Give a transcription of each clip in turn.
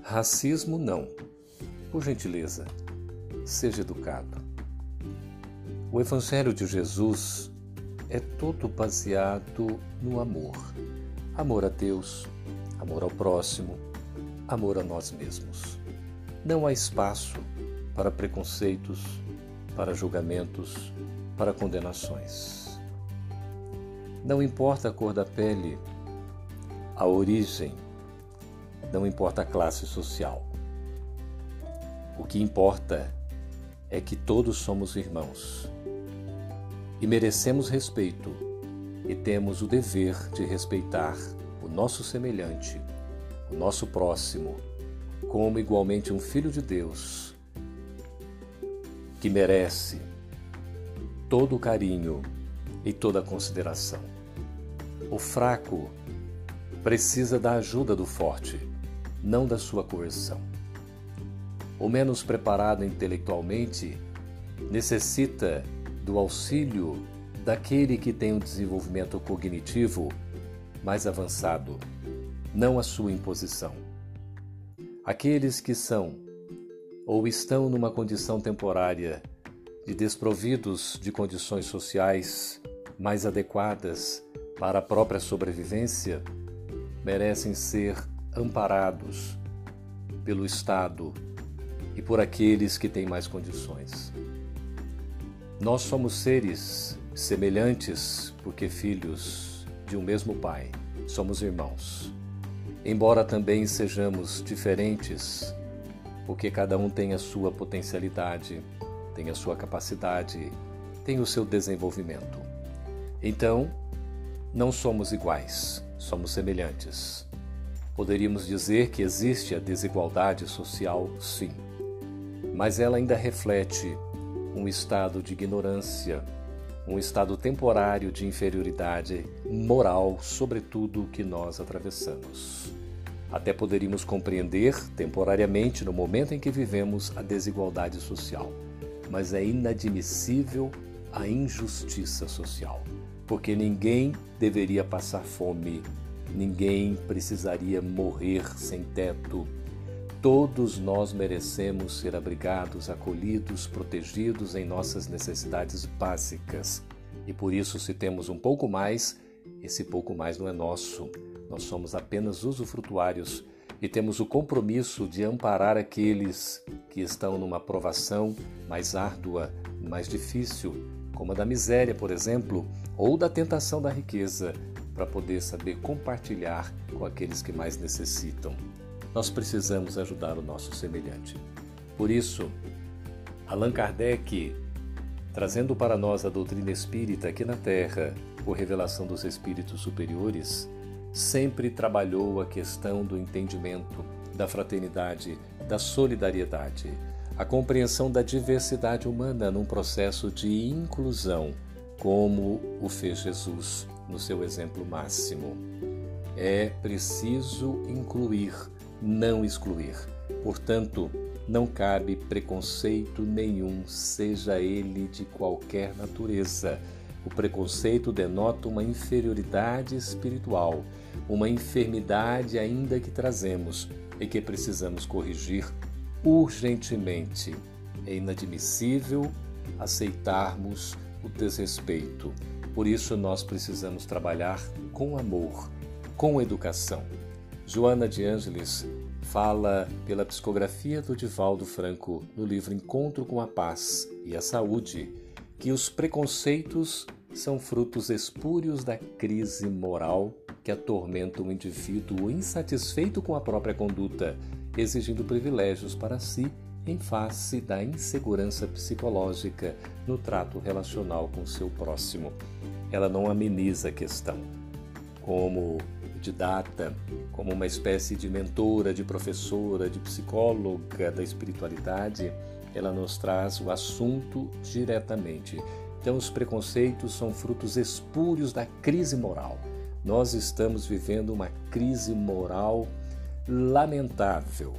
Racismo não. Por gentileza, seja educado. O Evangelho de Jesus é todo baseado no amor. Amor a Deus, amor ao próximo, amor a nós mesmos. Não há espaço para preconceitos, para julgamentos, para condenações. Não importa a cor da pele, a origem, não importa a classe social. O que importa é que todos somos irmãos e merecemos respeito e temos o dever de respeitar o nosso semelhante, o nosso próximo, como igualmente um filho de Deus que merece todo o carinho e toda a consideração. O fraco precisa da ajuda do forte, não da sua coerção. O menos preparado intelectualmente necessita do auxílio daquele que tem um desenvolvimento cognitivo mais avançado, não a sua imposição. Aqueles que são ou estão numa condição temporária de desprovidos de condições sociais mais adequadas para a própria sobrevivência merecem ser amparados pelo Estado e por aqueles que têm mais condições. Nós somos seres semelhantes porque filhos de um mesmo Pai, somos irmãos. Embora também sejamos diferentes, porque cada um tem a sua potencialidade, tem a sua capacidade, tem o seu desenvolvimento. Então, não somos iguais, somos semelhantes. Poderíamos dizer que existe a desigualdade social, sim, mas ela ainda reflete um estado de ignorância, um estado temporário de inferioridade moral, sobretudo que nós atravessamos. Até poderíamos compreender temporariamente, no momento em que vivemos, a desigualdade social, mas é inadmissível a injustiça social, porque ninguém deveria passar fome, ninguém precisaria morrer sem teto. Todos nós merecemos ser abrigados, acolhidos, protegidos em nossas necessidades básicas. E por isso, se temos um pouco mais, esse pouco mais não é nosso. Nós somos apenas usufrutuários e temos o compromisso de amparar aqueles que estão numa provação mais árdua, mais difícil, como a da miséria, por exemplo, ou da tentação da riqueza, para poder saber compartilhar com aqueles que mais necessitam. Nós precisamos ajudar o nosso semelhante. Por isso, Allan Kardec, trazendo para nós a doutrina espírita aqui na Terra, por revelação dos espíritos superiores, sempre trabalhou a questão do entendimento, da fraternidade, da solidariedade, a compreensão da diversidade humana num processo de inclusão, como o fez Jesus no seu exemplo máximo. É preciso incluir, não excluir. Portanto, não cabe preconceito nenhum, seja ele de qualquer natureza. O preconceito denota uma inferioridade espiritual, uma enfermidade ainda que trazemos e que precisamos corrigir urgentemente. É inadmissível aceitarmos o desrespeito. Por isso, nós precisamos trabalhar com amor, com educação. Joana de Ângeles fala pela psicografia do Divaldo Franco no livro Encontro com a Paz e a Saúde que os preconceitos são frutos espúrios da crise moral que atormenta o indivíduo insatisfeito com a própria conduta, exigindo privilégios para si em face da insegurança psicológica no trato relacional com seu próximo. Ela não ameniza a questão. Como didata, como uma espécie de mentora, de professora, de psicóloga da espiritualidade, ela nos traz o assunto diretamente. Então, os preconceitos são frutos espúrios da crise moral. Nós estamos vivendo uma crise moral lamentável,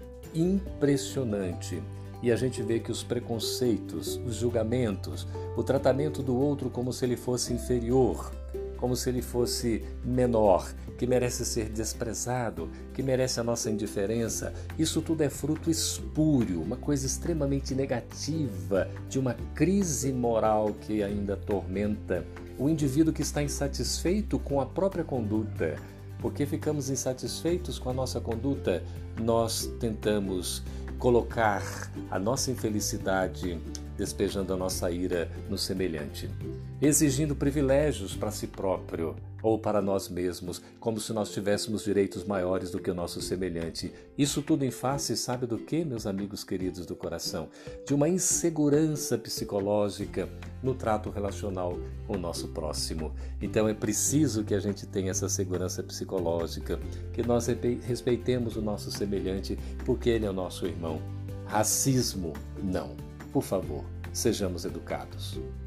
impressionante. E a gente vê que os preconceitos, os julgamentos, o tratamento do outro como se ele fosse inferior, como se ele fosse menor, que merece ser desprezado, que merece a nossa indiferença. Isso tudo é fruto espúrio, uma coisa extremamente negativa de uma crise moral que ainda atormenta o indivíduo que está insatisfeito com a própria conduta. Porque ficamos insatisfeitos com a nossa conduta, nós tentamos colocar a nossa infelicidade despejando a nossa ira no semelhante, exigindo privilégios para si próprio ou para nós mesmos, como se nós tivéssemos direitos maiores do que o nosso semelhante. Isso tudo em face, sabe do que, meus amigos queridos do coração? De uma insegurança psicológica no trato relacional com o nosso próximo. Então é preciso que a gente tenha essa segurança psicológica, que nós respeitemos o nosso semelhante, porque ele é o nosso irmão. Racismo, não. Por favor, sejamos educados.